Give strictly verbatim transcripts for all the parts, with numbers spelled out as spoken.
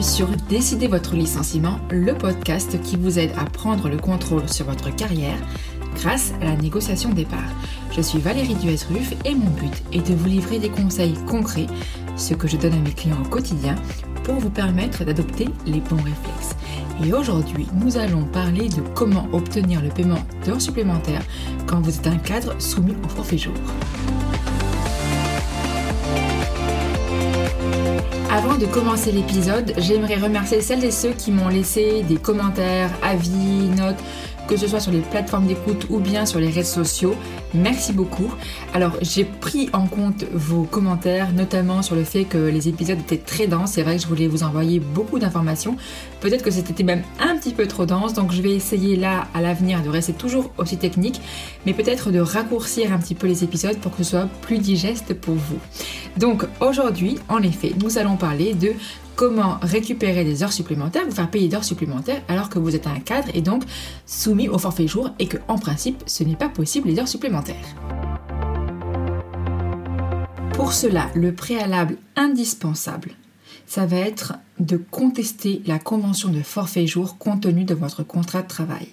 bienvenue sur Décidez votre licenciement, le podcast qui vous aide à prendre le contrôle sur votre carrière grâce à la négociation de départ. Je suis Valérie Duès-Ruff et mon but est de vous livrer des conseils concrets, ce que je donne à mes clients au quotidien, pour vous permettre d'adopter les bons réflexes. Et aujourd'hui, nous allons parler de comment obtenir le paiement d'heures supplémentaires quand vous êtes un cadre soumis au forfait jour. Avant de commencer l'épisode, j'aimerais remercier celles et ceux qui m'ont laissé des commentaires, avis, notes, que ce soit sur les plateformes d'écoute ou bien sur les réseaux sociaux. Merci beaucoup. Alors, j'ai pris en compte vos commentaires, notamment sur le fait que les épisodes étaient très denses. C'est vrai que je voulais vous envoyer beaucoup d'informations. Peut-être que c'était même un petit peu trop dense, donc je vais essayer là, à l'avenir, de rester toujours aussi technique, mais peut-être de raccourcir un petit peu les épisodes pour que ce soit plus digeste pour vous. Donc, aujourd'hui, en effet, nous allons parler de comment récupérer des heures supplémentaires, vous faire payer d'heures supplémentaires alors que vous êtes un cadre et donc soumis au forfait jour et que, en principe, ce n'est pas possible les heures supplémentaires. Pour cela, le préalable indispensable, ça va être de contester la convention de forfait jour contenue dans votre contrat de travail.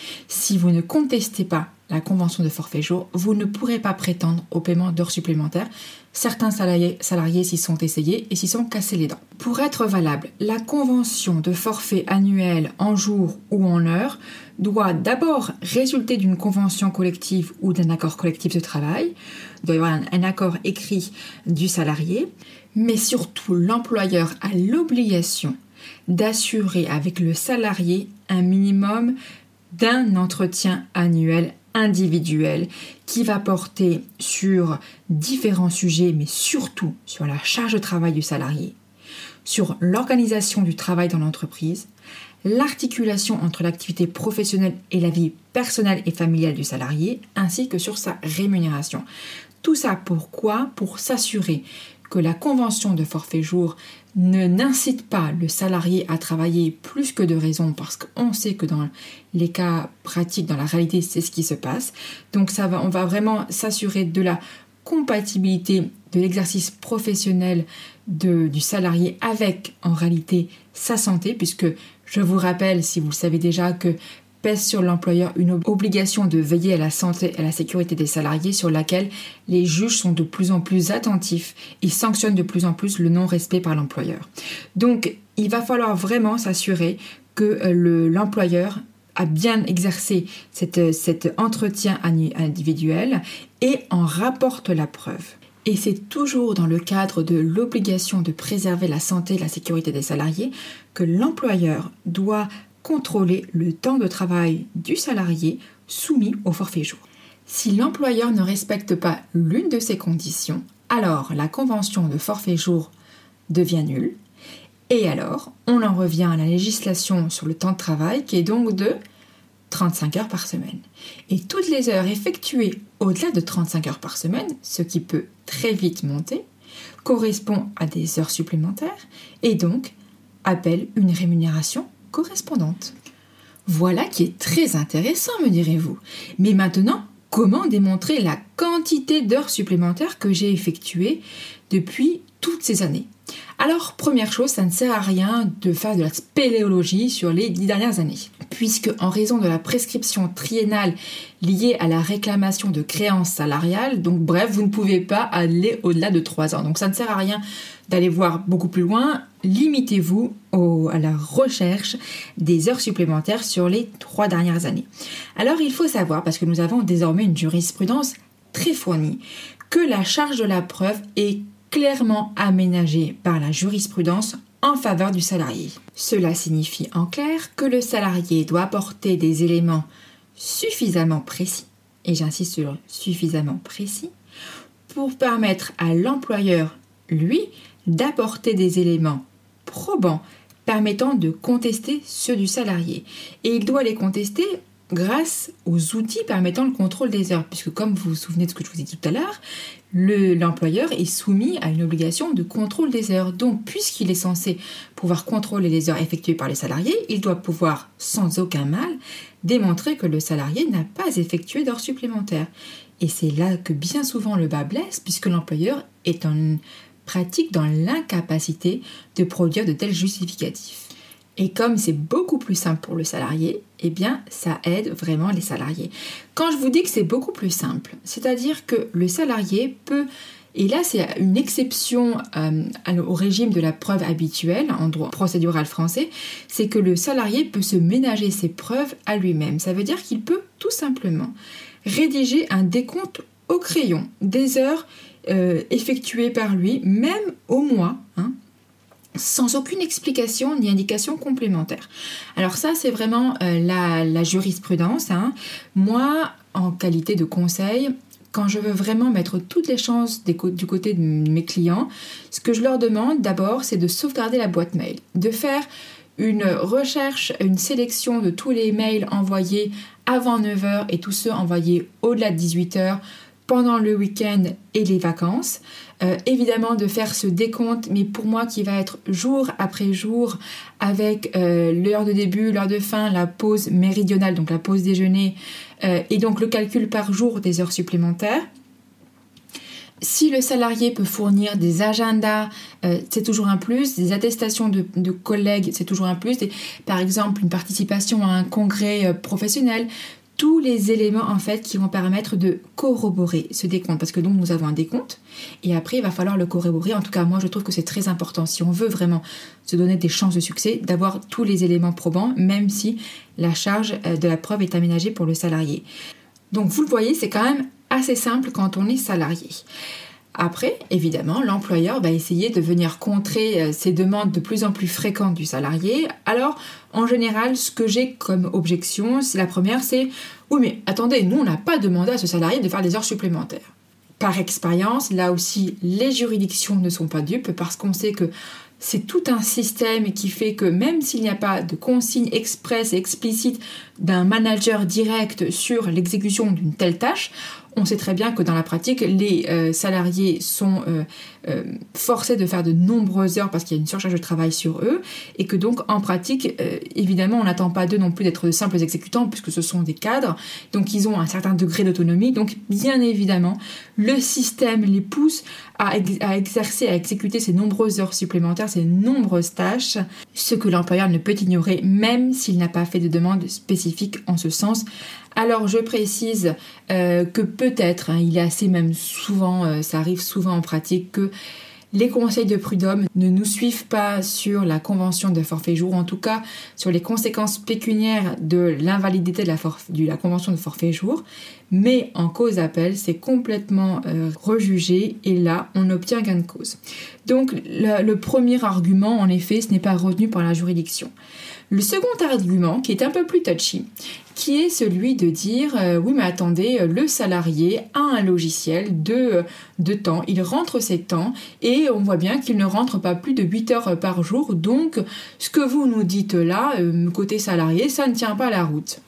Si vous ne contestez pas la convention de forfait jour, vous ne pourrez pas prétendre au paiement d'heures supplémentaires. Certains salariés, salariés s'y sont essayés et s'y sont cassés les dents. Pour être valable, la convention de forfait annuel en jours ou en heures doit d'abord résulter d'une convention collective ou d'un accord collectif de travail. Il doit y avoir un, un accord écrit du salarié, mais surtout l'employeur a l'obligation d'assurer avec le salarié un minimum d'un entretien annuel individuel qui va porter sur différents sujets, mais surtout sur la charge de travail du salarié, sur l'organisation du travail dans l'entreprise, l'articulation entre l'activité professionnelle et la vie personnelle et familiale du salarié, ainsi que sur sa rémunération. Tout ça pourquoi ? Pour s'assurer que la convention de forfait jour ne n'incite pas le salarié à travailler plus que de raison, parce qu'on sait que dans les cas pratiques, dans la réalité, c'est ce qui se passe. Donc ça va, on va vraiment s'assurer de la compatibilité de l'exercice professionnel de, du salarié avec, en réalité, sa santé, puisque je vous rappelle, si vous le savez déjà, que pèse sur l'employeur une obligation de veiller à la santé et à la sécurité des salariés sur laquelle les juges sont de plus en plus attentifs et sanctionnent de plus en plus le non-respect par l'employeur. Donc, il va falloir vraiment s'assurer que le, l'employeur a bien exercé cette, cet entretien individuel et en rapporte la preuve. Et c'est toujours dans le cadre de l'obligation de préserver la santé et la sécurité des salariés que l'employeur doit contrôler le temps de travail du salarié soumis au forfait jour. Si l'employeur ne respecte pas l'une de ces conditions, alors la convention de forfait jour devient nulle et alors on en revient à la législation sur le temps de travail qui est donc de trente-cinq heures par semaine. Et toutes les heures effectuées au-delà de trente-cinq heures par semaine, ce qui peut très vite monter, correspond à des heures supplémentaires et donc appelle une rémunération correspondante. Voilà qui est très intéressant, me direz-vous. Mais maintenant, comment démontrer la quantité d'heures supplémentaires que j'ai effectuées depuis toutes ces années ? Alors, première chose, ça ne sert à rien de faire de la spéléologie sur les dix dernières années, puisque en raison de la prescription triennale liée à la réclamation de créances salariales, donc bref, vous ne pouvez pas aller au-delà de trois ans. Donc ça ne sert à rien d'aller voir beaucoup plus loin, limitez-vous au, à la recherche des heures supplémentaires sur les trois dernières années. Alors il faut savoir, parce que nous avons désormais une jurisprudence très fournie, que la charge de la preuve est clairement aménagée par la jurisprudence en faveur du salarié. Cela signifie en clair que le salarié doit apporter des éléments suffisamment précis, et j'insiste sur suffisamment précis, pour permettre à l'employeur, lui, d'apporter des éléments probants permettant de contester ceux du salarié. Et il doit les contester grâce aux outils permettant le contrôle des heures, puisque comme vous vous souvenez de ce que je vous ai dit tout à l'heure, le, l'employeur est soumis à une obligation de contrôle des heures. Donc, puisqu'il est censé pouvoir contrôler les heures effectuées par les salariés, il doit pouvoir, sans aucun mal, démontrer que le salarié n'a pas effectué d'heures supplémentaires. Et c'est là que bien souvent le bas blesse, puisque l'employeur est en pratique dans l'incapacité de produire de tels justificatifs. Et comme c'est beaucoup plus simple pour le salarié, eh bien, ça aide vraiment les salariés. Quand je vous dis que c'est beaucoup plus simple, c'est-à-dire que le salarié peut, et là c'est une exception euh, au régime de la preuve habituelle en droit procédural français, c'est que le salarié peut se ménager ses preuves à lui-même. Ça veut dire qu'il peut tout simplement rédiger un décompte au crayon des heures euh, effectuées par lui, même au mois, hein, sans aucune explication ni indication complémentaire. Alors ça, c'est vraiment euh, la, la jurisprudence. Hein. Moi, en qualité de conseil, quand je veux vraiment mettre toutes les chances des co- du côté de mes clients, ce que je leur demande d'abord, c'est de sauvegarder la boîte mail, de faire une recherche, une sélection de tous les mails envoyés avant neuf heures et tous ceux envoyés au-delà de dix-huit heures, pendant le week-end et les vacances. Euh, évidemment, de faire ce décompte, mais pour moi qui va être jour après jour, avec euh, l'heure de début, l'heure de fin, la pause méridionale, donc la pause déjeuner, euh, et donc le calcul par jour des heures supplémentaires. Si le salarié peut fournir des agendas, euh, c'est toujours un plus, des attestations de, de collègues, c'est toujours un plus, des, par exemple une participation à un congrès euh, professionnel, tous les éléments en fait qui vont permettre de corroborer ce décompte, parce que donc nous avons un décompte et après il va falloir le corroborer. En tout cas moi je trouve que c'est très important si on veut vraiment se donner des chances de succès d'avoir tous les éléments probants, même si la charge de la preuve est aménagée pour le salarié. Donc vous le voyez, c'est quand même assez simple quand on est salarié. Après, évidemment, l'employeur va essayer de venir contrer ces demandes de plus en plus fréquentes du salarié. Alors, en général, ce que j'ai comme objection, c'est la première, c'est « Oui, mais attendez, nous, on n'a pas demandé à ce salarié de faire des heures supplémentaires. » Par expérience, là aussi, les juridictions ne sont pas dupes parce qu'on sait que c'est tout un système qui fait que même s'il n'y a pas de consigne expresse et explicite d'un manager direct sur l'exécution d'une telle tâche, on sait très bien que dans la pratique, les euh, salariés sont euh, euh, forcés de faire de nombreuses heures parce qu'il y a une surcharge de travail sur eux et que donc en pratique, euh, évidemment, on n'attend pas d'eux non plus d'être de simples exécutants puisque ce sont des cadres, donc ils ont un certain degré d'autonomie. Donc bien évidemment, le système les pousse à, ex- à exercer, à exécuter ces nombreuses heures supplémentaires, ces nombreuses tâches, ce que l'employeur ne peut ignorer même s'il n'a pas fait de demande spécifique en ce sens. Alors je précise euh, que peut-être, hein, il est assez même souvent, euh, ça arrive souvent en pratique, que les conseils de prud'homme ne nous suivent pas sur la convention de forfait jour, en tout cas sur les conséquences pécuniaires de l'invalidité de la, forf- de la convention de forfait jour, mais en cause d'appel, c'est complètement euh, rejugé et là, on obtient gain de cause. Donc le, le premier argument, en effet, ce n'est pas retenu par la juridiction. Le second argument, qui est un peu plus touchy, qui est celui de dire euh, oui mais attendez, le salarié a un logiciel de, de temps, il rentre ses temps et on voit bien qu'il ne rentre pas plus de huit heures par jour, donc ce que vous nous dites là, euh, côté salarié, ça ne tient pas la route.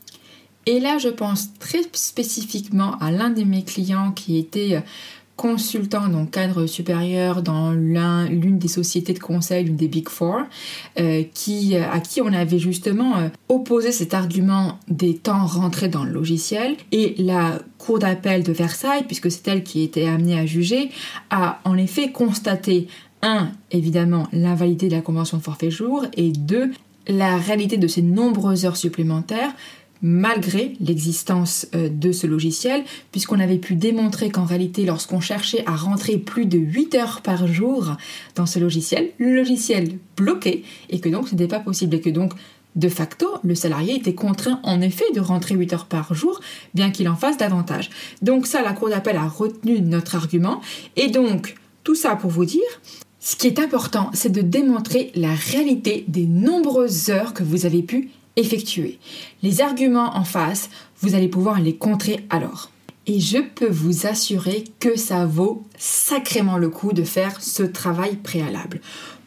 Et là je pense très spécifiquement à l'un de mes clients qui était consultant, donc cadre supérieur dans l'un, l'une des sociétés de conseil, l'une des Big Four, euh, qui, à qui on avait justement euh, opposé cet argument des temps rentrés dans le logiciel. Et la Cour d'appel de Versailles, puisque c'est elle qui était amenée à juger, a en effet constaté, un, évidemment, l'invalidité de la convention de forfait jour, et deux, la réalité de ces nombreuses heures supplémentaires, malgré l'existence de ce logiciel, puisqu'on avait pu démontrer qu'en réalité, lorsqu'on cherchait à rentrer plus de huit heures par jour dans ce logiciel, le logiciel bloquait et que donc ce n'était pas possible et que donc de facto, le salarié était contraint en effet de rentrer huit heures par jour, bien qu'il en fasse davantage. Donc ça, la Cour d'appel a retenu notre argument et donc tout ça pour vous dire, ce qui est important, c'est de démontrer la réalité des nombreuses heures que vous avez pu effectuer. Les arguments en face, vous allez pouvoir les contrer alors. Et je peux vous assurer que ça vaut sacrément le coup de faire ce travail préalable. Pourquoi ?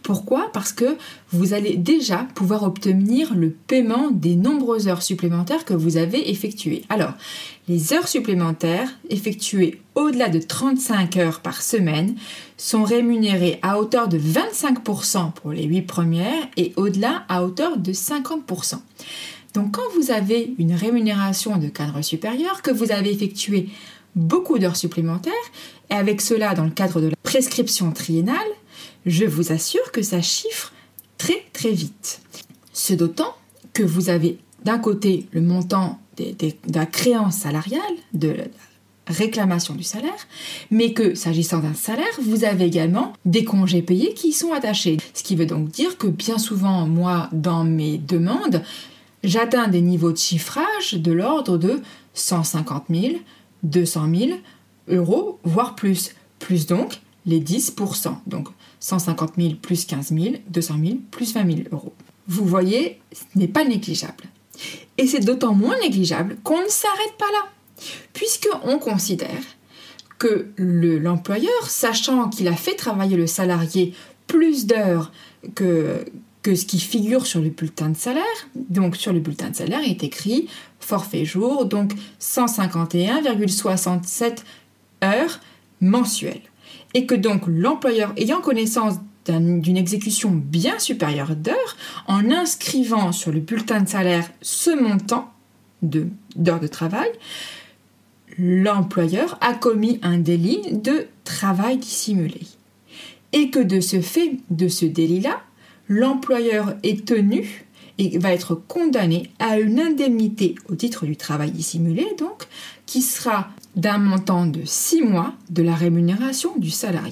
Parce que vous allez déjà pouvoir obtenir le paiement des nombreuses heures supplémentaires que vous avez effectuées. Alors, les heures supplémentaires effectuées au-delà de trente-cinq heures par semaine sont rémunérées à hauteur de vingt-cinq pour cent pour les huit premières et au-delà à hauteur de cinquante pour cent. Donc quand vous avez une rémunération de cadre supérieur, que vous avez effectué beaucoup d'heures supplémentaires, et avec cela dans le cadre de la prescription triennale, je vous assure que ça chiffre très très vite. Ce d'autant que vous avez d'un côté le montant des, des, de la créance salariale, de la réclamation du salaire, mais que s'agissant d'un salaire, vous avez également des congés payés qui y sont attachés. Ce qui veut donc dire que bien souvent, moi, dans mes demandes, j'atteins des niveaux de chiffrage de l'ordre de cent cinquante mille, deux cent mille euros, voire plus. Plus donc les dix pour cent. Donc cent cinquante mille plus quinze mille, deux cent mille plus vingt mille euros. Vous voyez, ce n'est pas négligeable. Et c'est d'autant moins négligeable qu'on ne s'arrête pas là, puisqu'on considère que le, l'employeur, sachant qu'il a fait travailler le salarié plus d'heures que, que ce qui figure sur le bulletin de salaire, donc sur le bulletin de salaire est écrit forfait jour, donc cent cinquante et un virgule soixante-sept heures mensuelles. Et que donc l'employeur, ayant connaissance d'une exécution bien supérieure d'heures, en inscrivant sur le bulletin de salaire ce montant de, d'heures de travail, l'employeur a commis un délit de travail dissimulé. Et que de ce fait, de ce délit-là, l'employeur est tenu et va être condamné à une indemnité au titre du travail dissimulé, donc, qui sera d'un montant de six mois de la rémunération du salarié.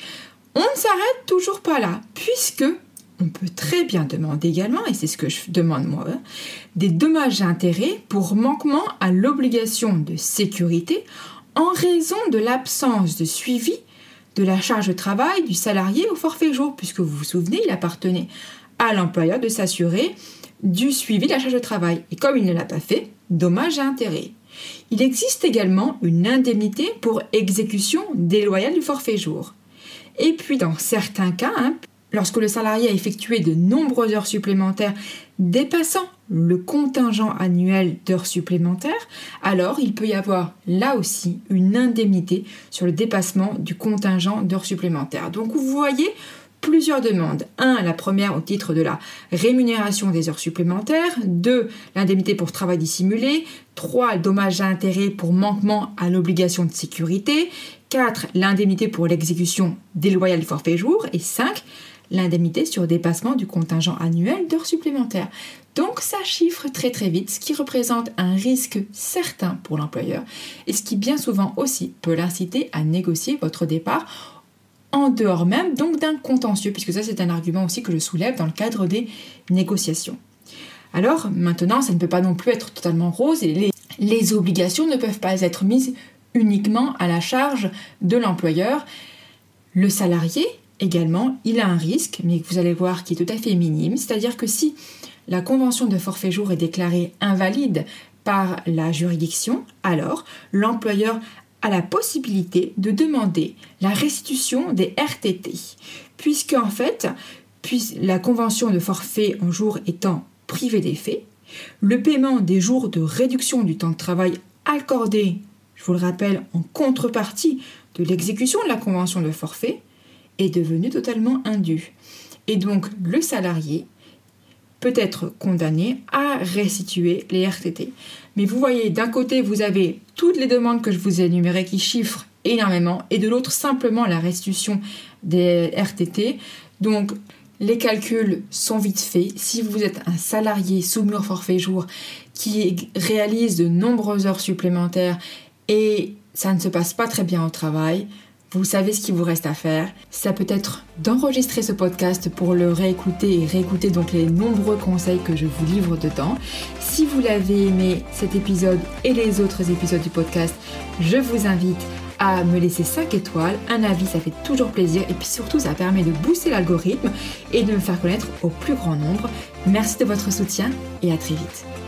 On ne s'arrête toujours pas là, puisque on peut très bien demander également, et c'est ce que je demande moi, des dommages et intérêts pour manquement à l'obligation de sécurité en raison de l'absence de suivi de la charge de travail du salarié au forfait jour, puisque vous vous souvenez, il appartenait à l'employeur de s'assurer du suivi de la charge de travail. Et comme il ne l'a pas fait, dommages et intérêts. Il existe également une indemnité pour exécution déloyale du forfait jour. Et puis dans certains cas, hein, lorsque le salarié a effectué de nombreuses heures supplémentaires dépassant le contingent annuel d'heures supplémentaires, alors il peut y avoir là aussi une indemnité sur le dépassement du contingent d'heures supplémentaires. Donc vous voyez plusieurs demandes. un. La première au titre de la rémunération des heures supplémentaires. deux. L'indemnité pour travail dissimulé. trois. Dommages et intérêts pour manquement à l'obligation de sécurité. quatre. L'indemnité pour l'exécution déloyale du forfait jour. Et cinq. L'indemnité sur dépassement du contingent annuel d'heures supplémentaires. Donc ça chiffre très très vite, ce qui représente un risque certain pour l'employeur et ce qui bien souvent aussi peut l'inciter à négocier votre départ en dehors même donc d'un contentieux, puisque ça c'est un argument aussi que je soulève dans le cadre des négociations. Alors maintenant, ça ne peut pas non plus être totalement rose et les, les obligations ne peuvent pas être mises uniquement à la charge de l'employeur. Le salarié également, il a un risque, mais vous allez voir qui est tout à fait minime, c'est-à-dire que si la convention de forfait jour est déclarée invalide par la juridiction, alors l'employeur a la possibilité de demander la restitution des R T T, puisque en fait, puis la convention de forfait en jour étant privée d'effet, le paiement des jours de réduction du temps de travail accordés, je vous le rappelle, en contrepartie de l'exécution de la convention de forfait, est devenu totalement indu. Et donc, le salarié peut être condamné à restituer les R T T. Mais vous voyez, d'un côté, vous avez toutes les demandes que je vous ai énumérées qui chiffrent énormément, et de l'autre, simplement la restitution des R T T. Donc, les calculs sont vite faits. Si vous êtes un salarié soumis au forfait jour qui réalise de nombreuses heures supplémentaires et ça ne se passe pas très bien au travail, vous savez ce qu'il vous reste à faire. Ça peut être d'enregistrer ce podcast pour le réécouter et réécouter donc les nombreux conseils que je vous livre dedans. Si vous l'avez aimé cet épisode et les autres épisodes du podcast, je vous invite à me laisser cinq étoiles, un avis, ça fait toujours plaisir et puis surtout ça permet de booster l'algorithme et de me faire connaître au plus grand nombre. Merci de votre soutien et à très vite.